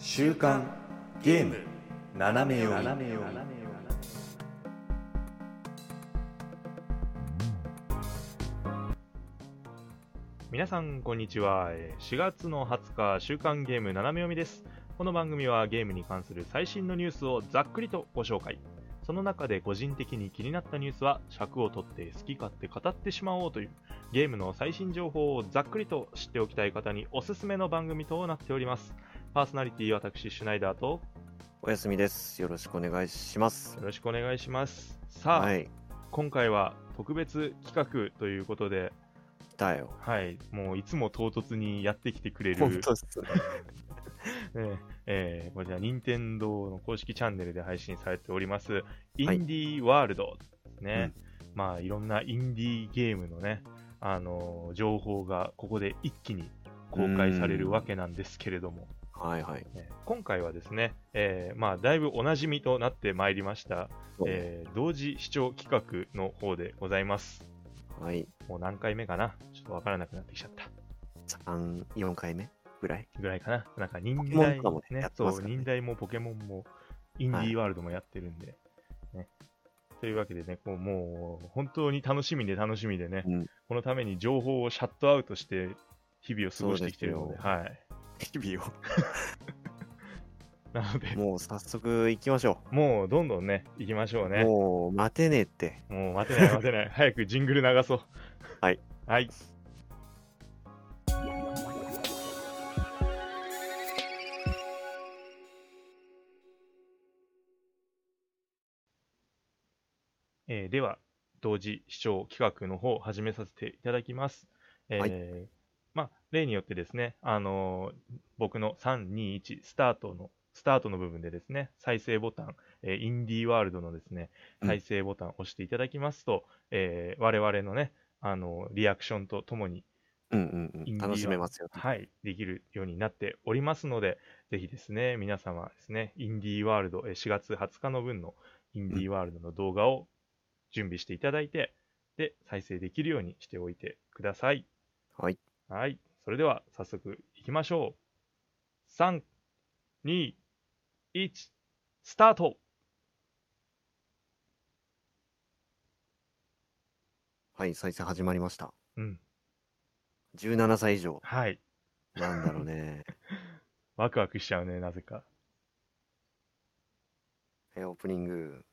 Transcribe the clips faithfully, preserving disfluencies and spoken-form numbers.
週刊ゲーム斜め読み。 皆さんこんにちは。えーしがつのはつか週刊ゲーム斜め読みです。この番組はゲームに関する最新のニュースをざっくりとご紹介。その中で個人的に気になったニュースは尺を取って好き勝手語ってしまおうというゲームの最新情報をざっくりと知っておきたい方におすすめの番組となっております。パーソナリティ私シュナイダーとおやすみです。よろしくお願いします。 よろしくお願いします。さあ、 はい、 今回は特別企画ということで、 来たよ。 はい、もういつも唐突にやってきてくれる、 本当っすね。 ねえーこちら、任天堂の公式チャンネルで配信されております、インディーワールドですね。うん、まあ、いろんなインディーゲームのね、あのー情報がここで一気に公開されるわけなんですけれども、 はいはい。 ね今回はですね、えーまあ、だいぶおなじみとなってまいりました、えー同時視聴企画の方でございます。 はい。 もう何回目かなちょっとわからなくなってきちゃった。 さん、よんかいめぐらいぐらいかな。なんか忍ポケモン耐とかもねねやってそう、 ますからね忍耐もポケモンもインディーワールドもやってるんで、ね。というわけでね、こうもう本当に楽しみで楽しみでね、 うん。 このために情報をシャットアウトして日々を過ごしてきてるので、 そうですよはい。 日々を。 なので、 もう早速行きましょもうどんどんね、行きましょうう。 ね。 もう待てねえって。 もう待てない待てない。早くジングル流そう。 はい。 はい。えーでは、同時視聴企画の方を始めさせていただきます。えーはいまあ、例によってですね、あのー僕のさん、に、いち、スタートの、スタートの部分でですね、再生ボタン、えーインディーワールドのですね、 うん再生ボタンを押していただきますと、えー我々のね、あのーリアクションとともに、 うんうんうん。 インディーワールド楽しめますよ。 はい、できるようになっておりますので、ぜひですね、皆様ですね、インディーワールド、えーしがつはつかの分のインディーワールドの動画を準備していただいて、で、再生できるようにしておいてください。 はい。 はい。それでは、早速いきましょう。さん、に、いち、スタート。 はい、再生始まりました。 うん。 じゅうななさい以上。 はい。 なんだろうね。 ワクワクしちゃうね、なぜか。 えオープニング。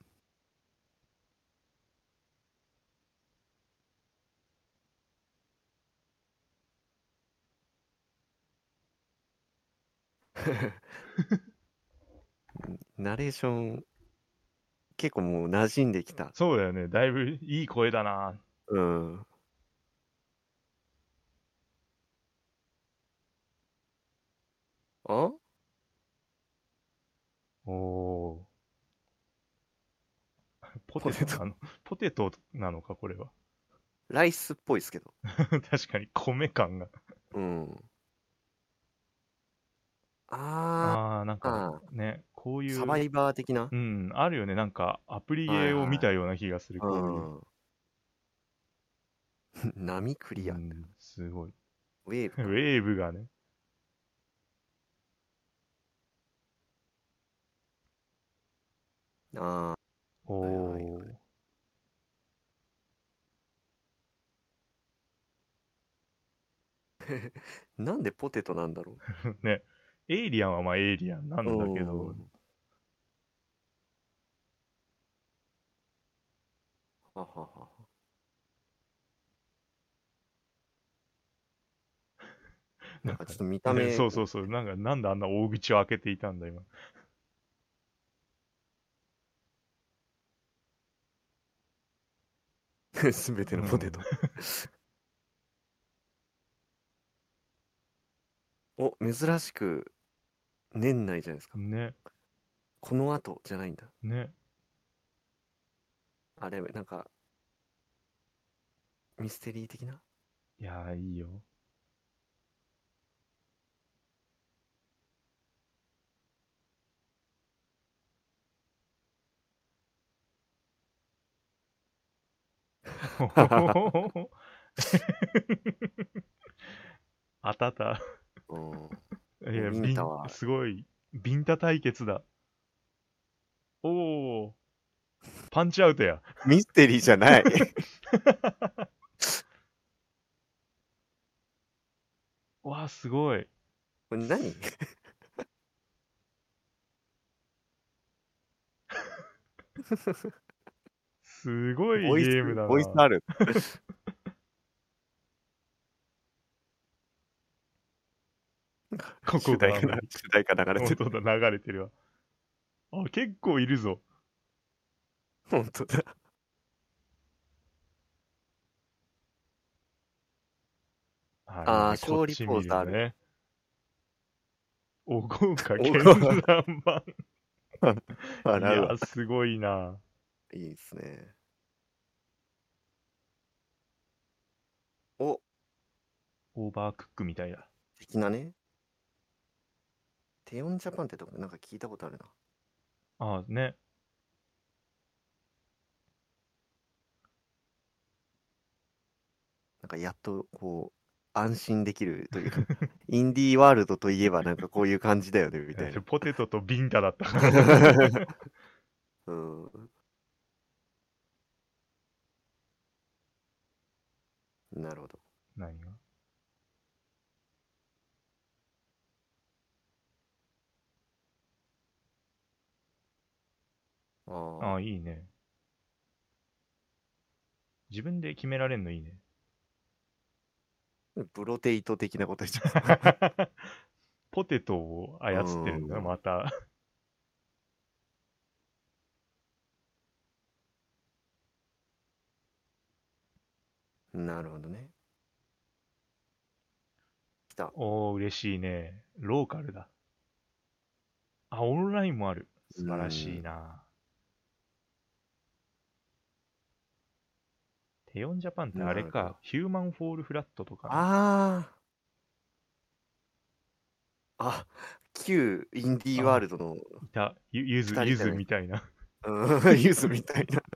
ナレーション、結構もう馴染んできた。 そうだよね。だいぶいい声だな。 うん。あおー。ポテトなのポテトなのか、これは。 ライスっぽいですけど。 確かに米感が。 うん。ああー、なんーかね、こうあ、 いう、 サバイバー的なう。ん、あるよね。なんか、アプリゲーを見たような気がする、こういう。 うん。波クリア。 うん、すごい。 ウェーブウか。 ェーブがね。 あおあ、はいはいー。 はい。なんでポテトなんだろね。エイリアンはまあエイリアンなう。 んだけど、 うん。ははは。 なんか、 なんかちょっと見た目、 そうそうそう、なんか、なんであんな大口を開けていたんだ、今。 すべてのポテト。お、珍しく年内じゃないですか。 ね、 この後じゃないんだ。 ね。 あれ、なんか、ミステリー的な。 いやー、いいよ。あたた。 うん。 いや、 ビンビン、 タはすごい、 ビンタ対決だ。おお。パンチアウトや。 ミステリーじゃない。 わあ、すごい。 これ何？ すごいボイス、 ゲームだボイスな。 ある。 ここ主題歌な、 があんまり。 主題歌流れてる。 本当だ、流れてるわ。あ、結構いるぞ。 本当だ。 あ、いいああ、 ね。こっ勝利ち見ポーズある。 るね。お豪華お絢ー爛版。い笑うわ。 や、すごいな。 いいですね。お、 オーバークックみたいだ。 的なね。テヨンジャパンってとこなんか聞いたことあるな。 ああ、ね。 なんかやっとこう、安心できるというか、インディーワールドといえばなんかこういう感じだよね、みたいな。 ポテトとビンタだったから。 うん。なるほど。 何があああ、いいね。自分で決められんのいいね。 あ、プロテイト的なこと言っちゃう。 ポテトを操ってるんだ、 うん。 また。 なるほどね。来た。 おー、嬉しいね。ローカルだ。あ、オンラインもある。 う素晴らしいん。 な。テヨンジャパンってあれなるほど。 か、ヒューマンフォールフラットとかの。 ああ。あ、旧インディーワーあ、 ルドのいた。ゆ、ゆず、ゆず二人じゃない。 みたいな。 うん、ユースみたいな。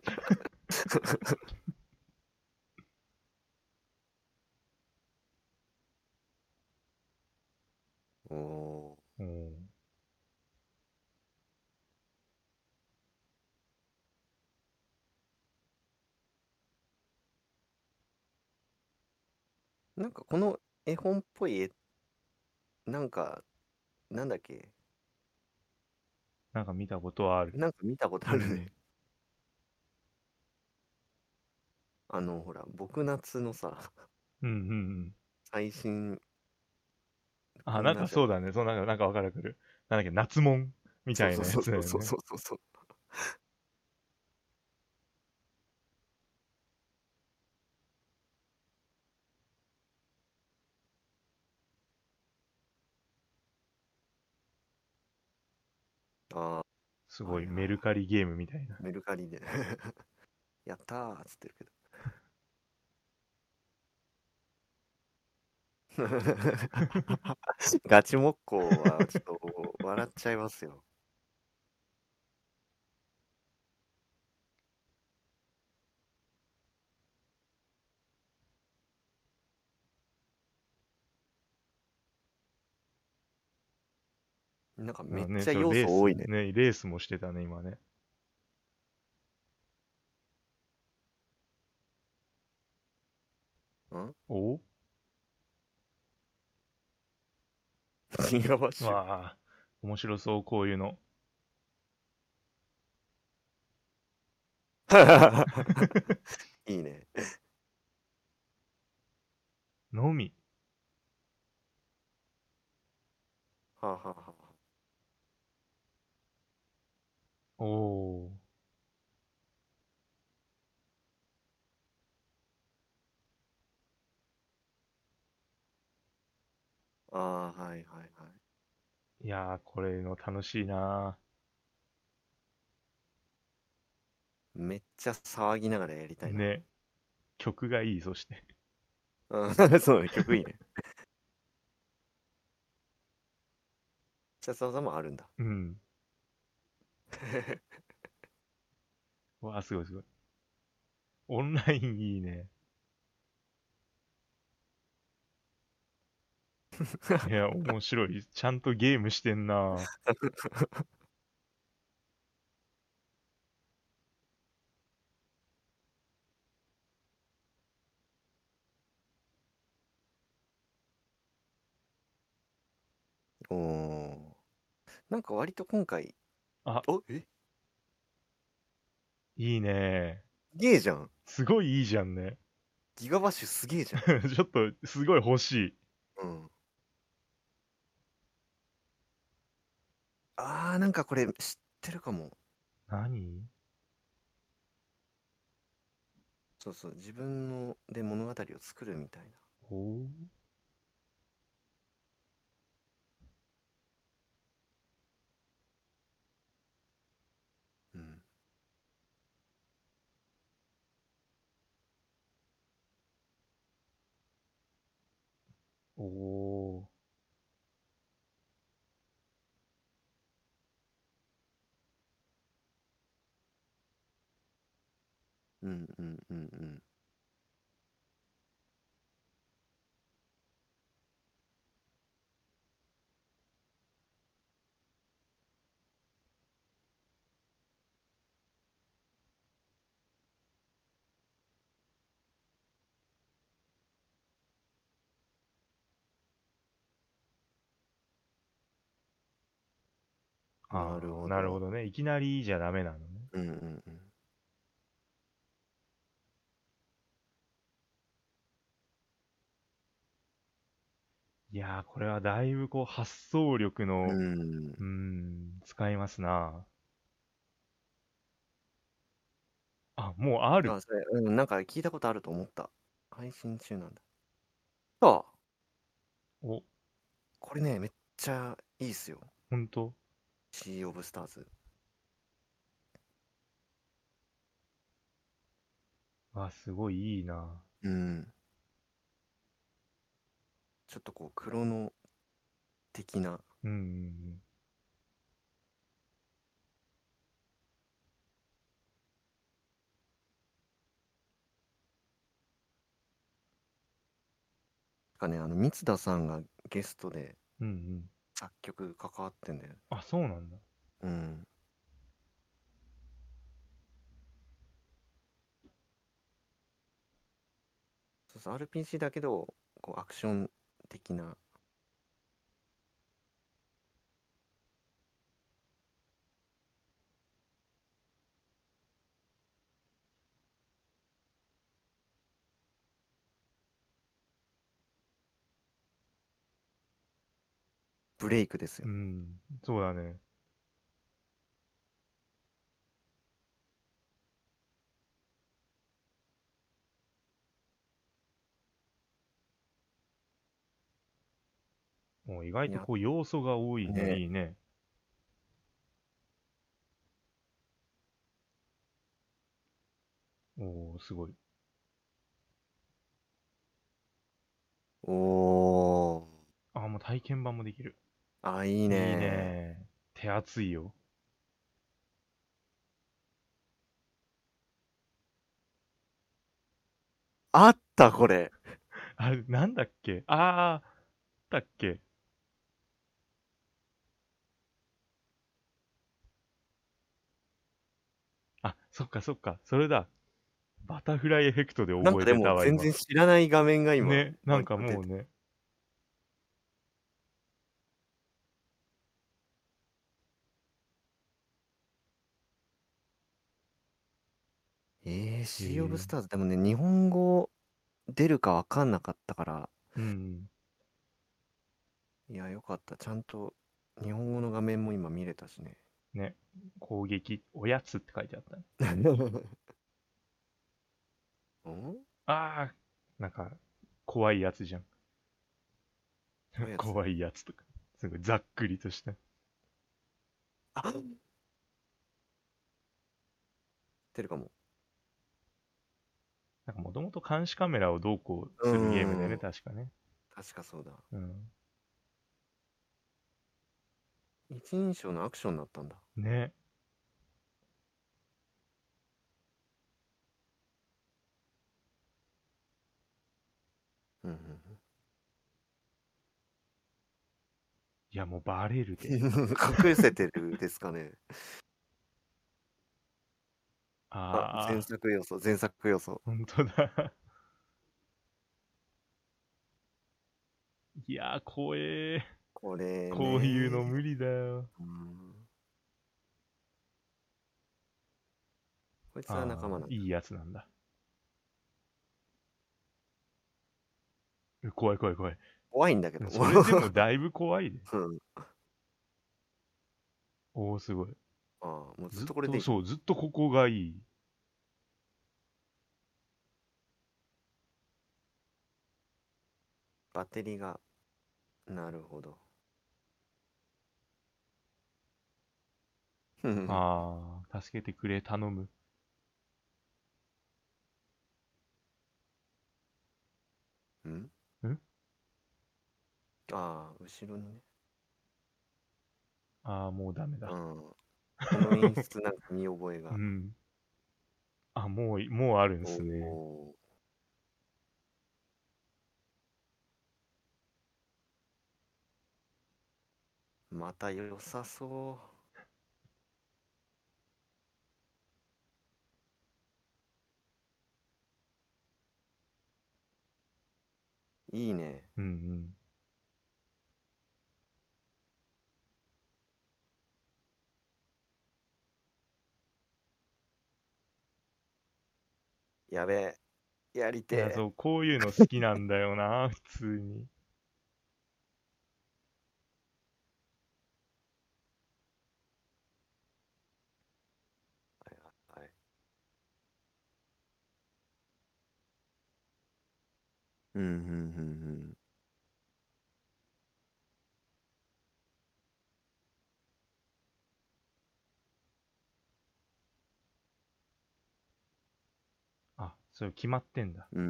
おー。 おーなんかこの絵本っぽい絵、なんか、なんだっけ、 なんか見たことはある。 なんか見たことあるね。 うん。 あの、ほら、僕夏のさ、 うんうんうん。 最新、 あ、なんこんなんじゃない。 かそうだね。そう、なんか、なんかわかるわかる。なんだっけ、夏もんみそうたいなやそうそうそうつだよね。 そうそうそう。ああ、 すごい、 はいはいはい。 メルカリゲームみたいな。 メルカリで。やったーっつってるけど。ガチ木工はちょっと笑っちゃいますよ。なんかめっうんね、そう、 ちゃ要レース、 素多いね。 ね、レースもしてたね、今ね。 んおギガバッシュ。 わあ、面白そう、こういうの。 いいね。 のみ。 はあ、はあはおお。 あ、ああ、はいはいはい。 いやー、これの楽しいなめっちゃ騒ぎながらやりたー。 いな。 ね、曲がいい、そして。 うん、そうね、曲いいね。必殺技もあるんだ。 うん。わあ、すごいすごい。オンラインいいね。 いや、面白い。ちゃんとゲームしてんな。 おお。なんか割と今回、 あ、 おえいいね。 すげえじゃん。 すごいいいじゃんね。 ギガバッシュすげえじゃん。 ちょっと、すごい欲しい。 うん。あー、なんかこれ知ってるかも。 何？ そうそう、自分ので物語を作るみたいな。 おーうん。 おー。 うんうんうんうん。なるああ、 ほど。 なるほどね。いきなりじゃダメなのね。 うんうんうん。 いやー、これはだいぶこう発想力うの、うーん。 ん、使いますな。あ、もうある。 あ、それ、うん、なんか聞いたことあると思った。配信中なんだ。あ、 お、 これね、めっちゃいいっすよ。 ほんと？ シー・オブ・スターズ。 あ、すごいいいな。 うん。ちょっとこう、クロノ的な。 うんうんうん。 かね、あの、三田さんがゲストでうんうん。 作曲関わってんだよ。 あ、そうなんだ。 うん。そうそう、アールピージー だけど、こう、アクション的な。ブレイクですよ。 うん、そうだね。もう意外いや、 とこう要素が多いね。 ね、 いいね。おー、すごい。 おー。 あ、もう体験版もできる。 あ、いいいいね。 ね。手厚いよ。 あった、これ。 あれ、なんだっけ？あー、あったっけ？あ、そっかそっか。それだ。バタフライエフェクトでなんかで覚えてたわ、今。 も全然知らない画面が今、 ね、なんか割と出て。 もうね。 えー、 えシー・オブ・ー、 スターズ、でもね、日本語出るかわかんなかったから、 うん。 いや、よかった。ちゃんと日本語の画面も今見れたしね。 ね。攻撃、おやつって書いてあったね。 んああ、なんか、怖いやつじゃん。 おやつ。 怖いやつとか。すごいざっくりとした。 あ、知ってるかも。 なんかもともと監視カメラをどうこううーするゲームだよね、 ん。 確かね。 確かそうだ。 うん。 一人称のアクションだったんだ。 ね。 うんうんいや、もうバレるで。 隠せてるですかね。あ、前ああ、 作要素、前作要素。 本当だ。いやー、怖え。 これこういうのね。 無理だよ。 うん、こいつは仲ああ、 間なんだ。 いいやつなんだ。え怖い怖い怖い。 怖いんだけど。 それでもだいぶ怖いで。 うん。 おお、すごい。 ああ、もうずっずっとこれでいい。 と、そう、ずっとここがいい。 バッテリーが、なるほど。うんああ、助けてくれ、頼む。 んんああ、後ろにね。 ああ、もうダメだ。 うん。この演出なんか見覚えが。 うん。あ、もう、もうあるんおすね。 お。また良さそう。いいね。 うんうん。 やべえ。やりいや、 てそう、こういうの好きなんだよな、普通に。 え。はいはいはい。うん、うん、うん、うん。 あ、それ決まってんだ。 うん。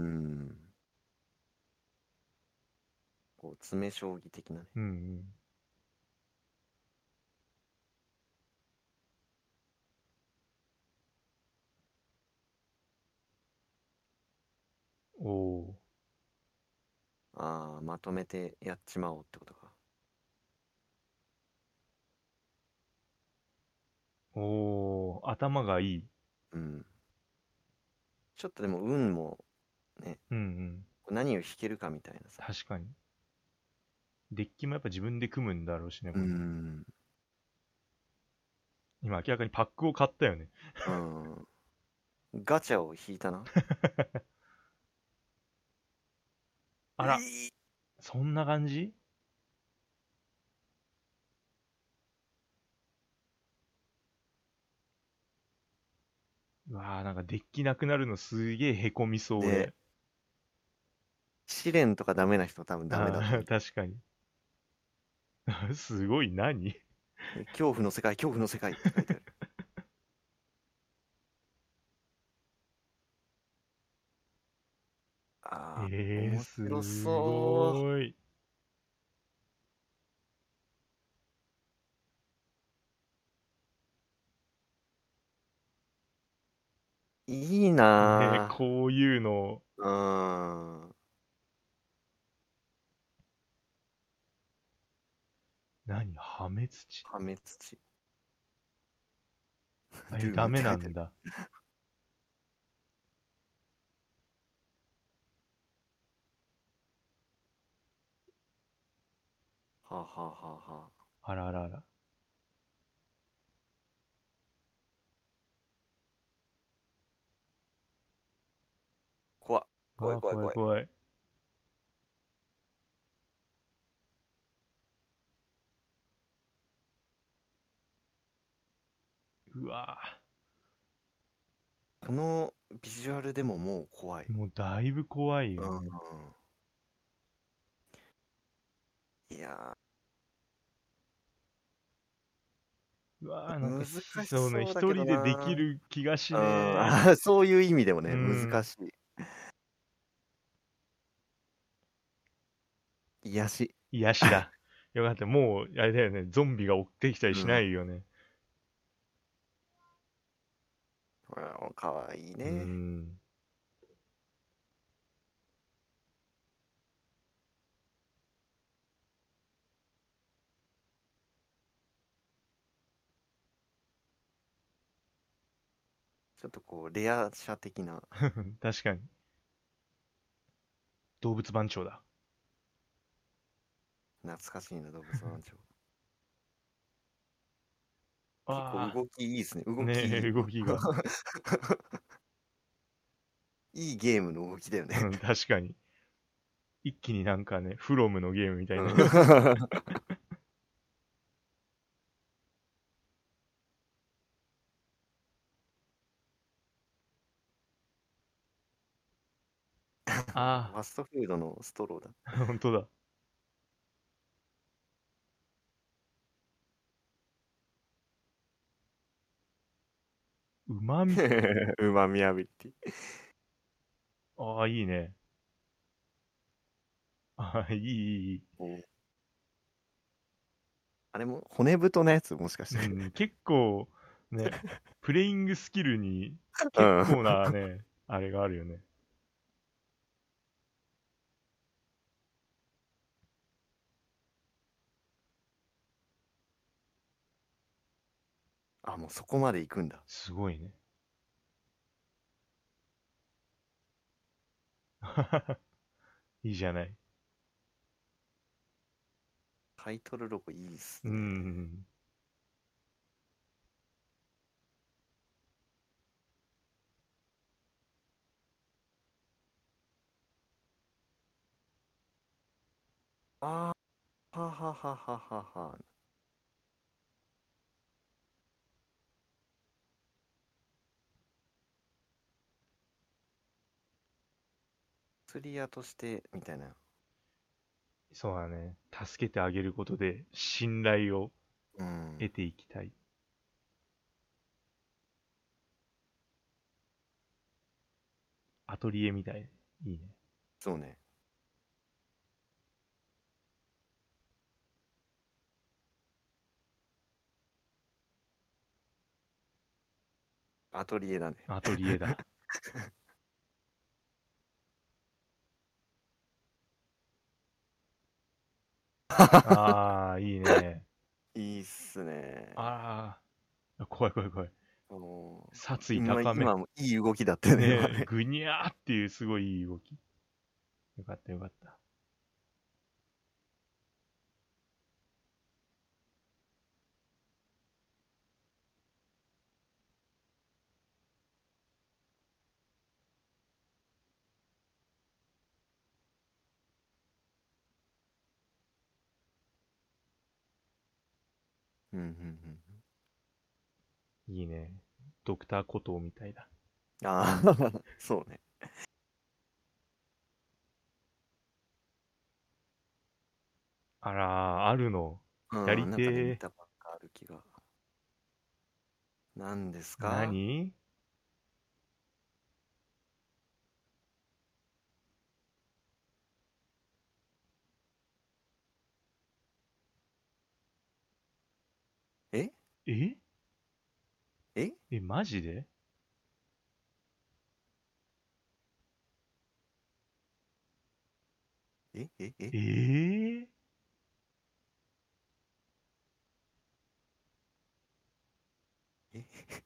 こう、詰将棋的なね。 うんうん。おお。 ああ、まとめてやっちまおうってことか。 おお、頭がいい。 うん。ちょっとでも運もね、 うんうん。 何を引けるかみたいなさ。 確かに。デッキもやっぱ自分で組むんだろうしね、 うこれ。 ん。 今明らかにパックを買ったよね。 うん。ガチャを引いたな。 あら、そんな感じ。うわーなんかデッキなくなるのすげえへこみそう、 ね、 俺。 試練とかダメな人多分ダメだとああ、 思う。 確かに。すごい、何。 え恐怖の世界、恐怖の世界って書いてある。ああ、 えー、 面白すそごい。 う。いいね、 なこういうの、 ぁ。うーん。 何破滅地。 破滅地。 え、 ルーダムって書いてある。 メなんだ。 はあ、はあはあはあ、 あらあらあら。 怖っ。怖ああ、 い怖い怖い。 怖い怖い。うわこのビジュアルでももう怖い。 もうだいぶ怖いようん。 ね。 いやうわーなんかー、 ひ、 難しそうね、 そうだけど一人でできなる気がしー。うん。 ねあーそういう意味でもえ。うね、難ん。 しい。癒し。 癒しだ。よかった。もう、あれだよね。ゾンビが追ってきたりしなうん。 いよね。 かわいいうね。 ん。 ちょっとこう、レア車的な。 確かに。動物番長だ。 懐かしいな、動物番長。結構あ動きいいですね。 あ、 動ねえ、 き。 動きが。 いいゲームの動きだよね。 うん、確かに。一気になんかね、フロムのゲームみたいな。 うんあファストフードのストローだ。 あ、本当だ。うまみ。 うまみアビリティ。 ああ、いいね。ああ、いい、いい、いい。 おあれも骨太なやつもしかして。 うん、結構、ね、プレイングスキルにうん。 結構なね、あれがあるよね。 あ、もうそこまで行くんだ。 すごいね。いいじゃない。 タイトルロゴいいっすうね。 ん。 あーはははははは。釣り屋としてみたいな。 そうだね。助けてあげることで信頼をうん。 得ていきたい。アトリエみたい。いいね。 そうね。アトリエだね。 アトリエだ。ああ、いいね。 いいっすね。 ああ、怖い怖い怖い。 もう殺意今、 高め。 今もいい動きだったよね、今ねえ、 ね。 ぐにゃーっていうすごいいい動き。よかったよかった。 うんうんいいね。ドクターコトーみたいだ。 うん。ああ、そうね。 あらー、あるの。やりうん、なんかね、見てたばっかある気が。何ですー。 か？ 何ええええ、マジでええええー、 え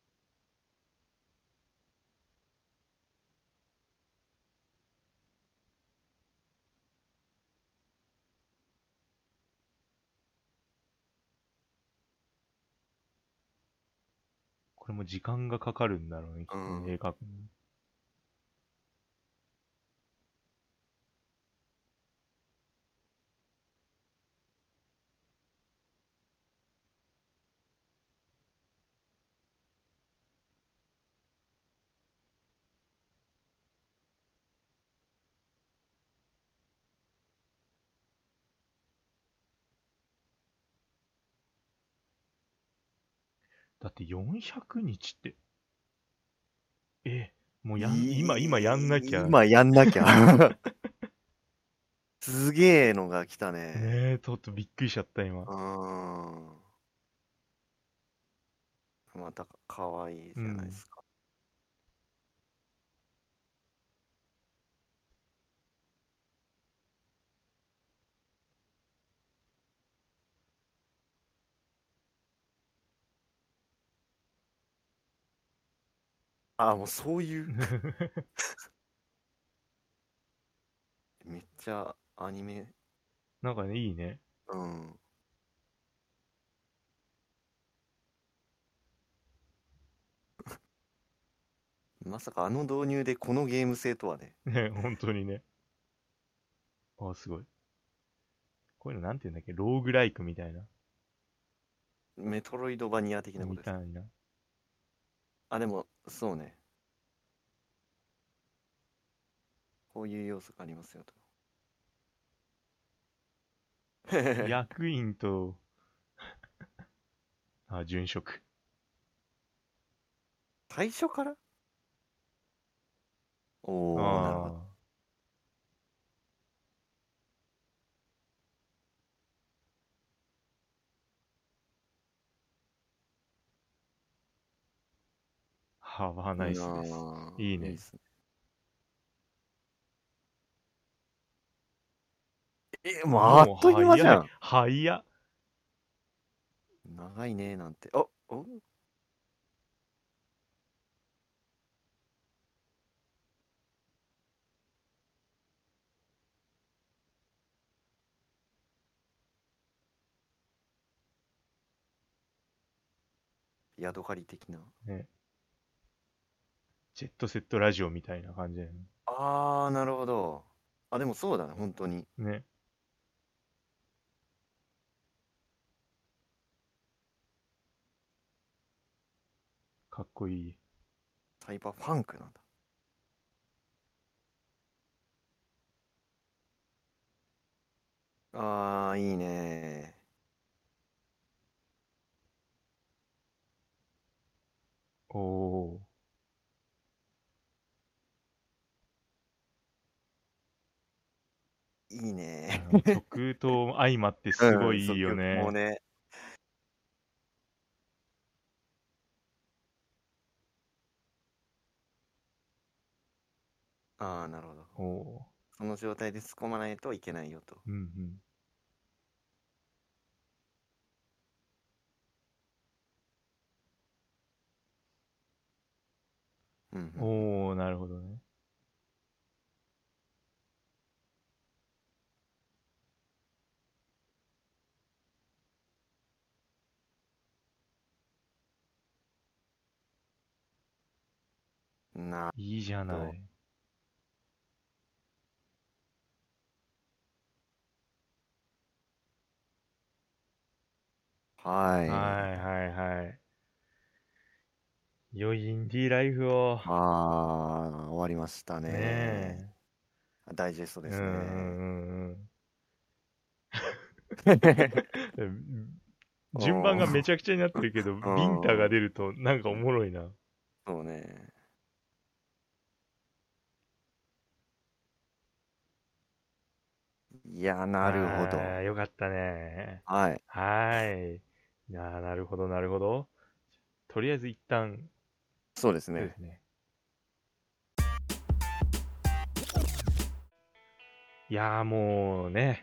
これも時間がかかるんだろうね、きっとね、 うん。 絵描くのに。だってよんひゃくにちって、え、もうやん、今、今やんなきゃ。ね今やんなきゃ。すげえのが来たね。 え、ちょっとびっくりしちゃった、今。 うーん。またかわいいうん。 じゃないですか。 あ、もうそういう。めっちゃアニメ。 なんかね、いいね。 うん。まさかあの導入でこのゲーム性とはね。 ね、本当にね。あ、すごい。こういうのなんて言うんだっけ、ローグライクみたいな。 メトロイドバニア的なことですか。 みたいな。 あ、でも、そうね。こういう要素がありますよと。 役員と、あ、殉職。 最初からおー、なるほど。 ああ。ハーバーナイスです。 あーいいね。 いいですね。え、もうあもうっという間じ早い。 ゃん。 早っ。 長いねなんて。あ、おヤドカリ的な。 ね。ジェットセットラジオみたいな感じだよね。 あー、なるほど。あ、でもそうだね、本当に。 ね。かっこいい。 サイバーファンクなんだ。あー、いいね。 おお。 いいね。 うん曲と相まってすごうん、 いいいよそう曲もね。 ね。あー、なるほど。 おお。 その状態で突っ込まないといけないよと。 うんうん、ううん。 ん。 おお、なるほどね。 ないいじゃなと。 い。 はい。 はいはいはい。良いインディーライフを。 あー、終わりましたねね。 え。 ダイジェストですうんうね。 んうんうん。順番がめちゃくちゃになってるけど、ビンタが出るとなんかおもろいな。 そうね。いや、なるほど。 ああ、よかったね。 はい。 はーい。いやー、なるほど、なるほど。とりあえず一旦、 そうですね。 そうですね。いやー、もうね。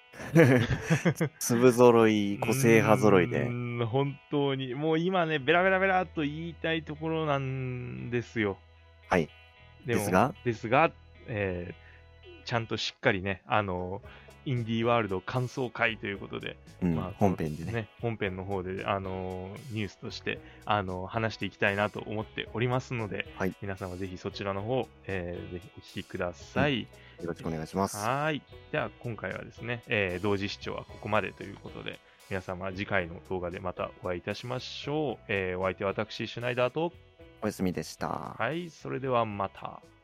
粒揃い、 う個性派揃いで。 ーん、本当に、もう今ね、ベラベラベラっと言いたいところなんですよ。 はい。 でもですがですが、えーちゃんとしっかりね、あの、インディーワールド感想会ということで、 うん、 まあ、 本編でね。 ね、本編の方で、あの、ニュースとして、あの、話していきたいなと思っておりますので、 はい。 皆さんはぜひそちらの方、えーぜひお聞きください。 よろしくお願いします。 はーい。では、今回はですね、えー同時視聴はここまでということで、皆様次回の動画でまたお会いいたしましょう。えーお相手は私、シュナイダーと、 おやすみでした。 はい、それではまた。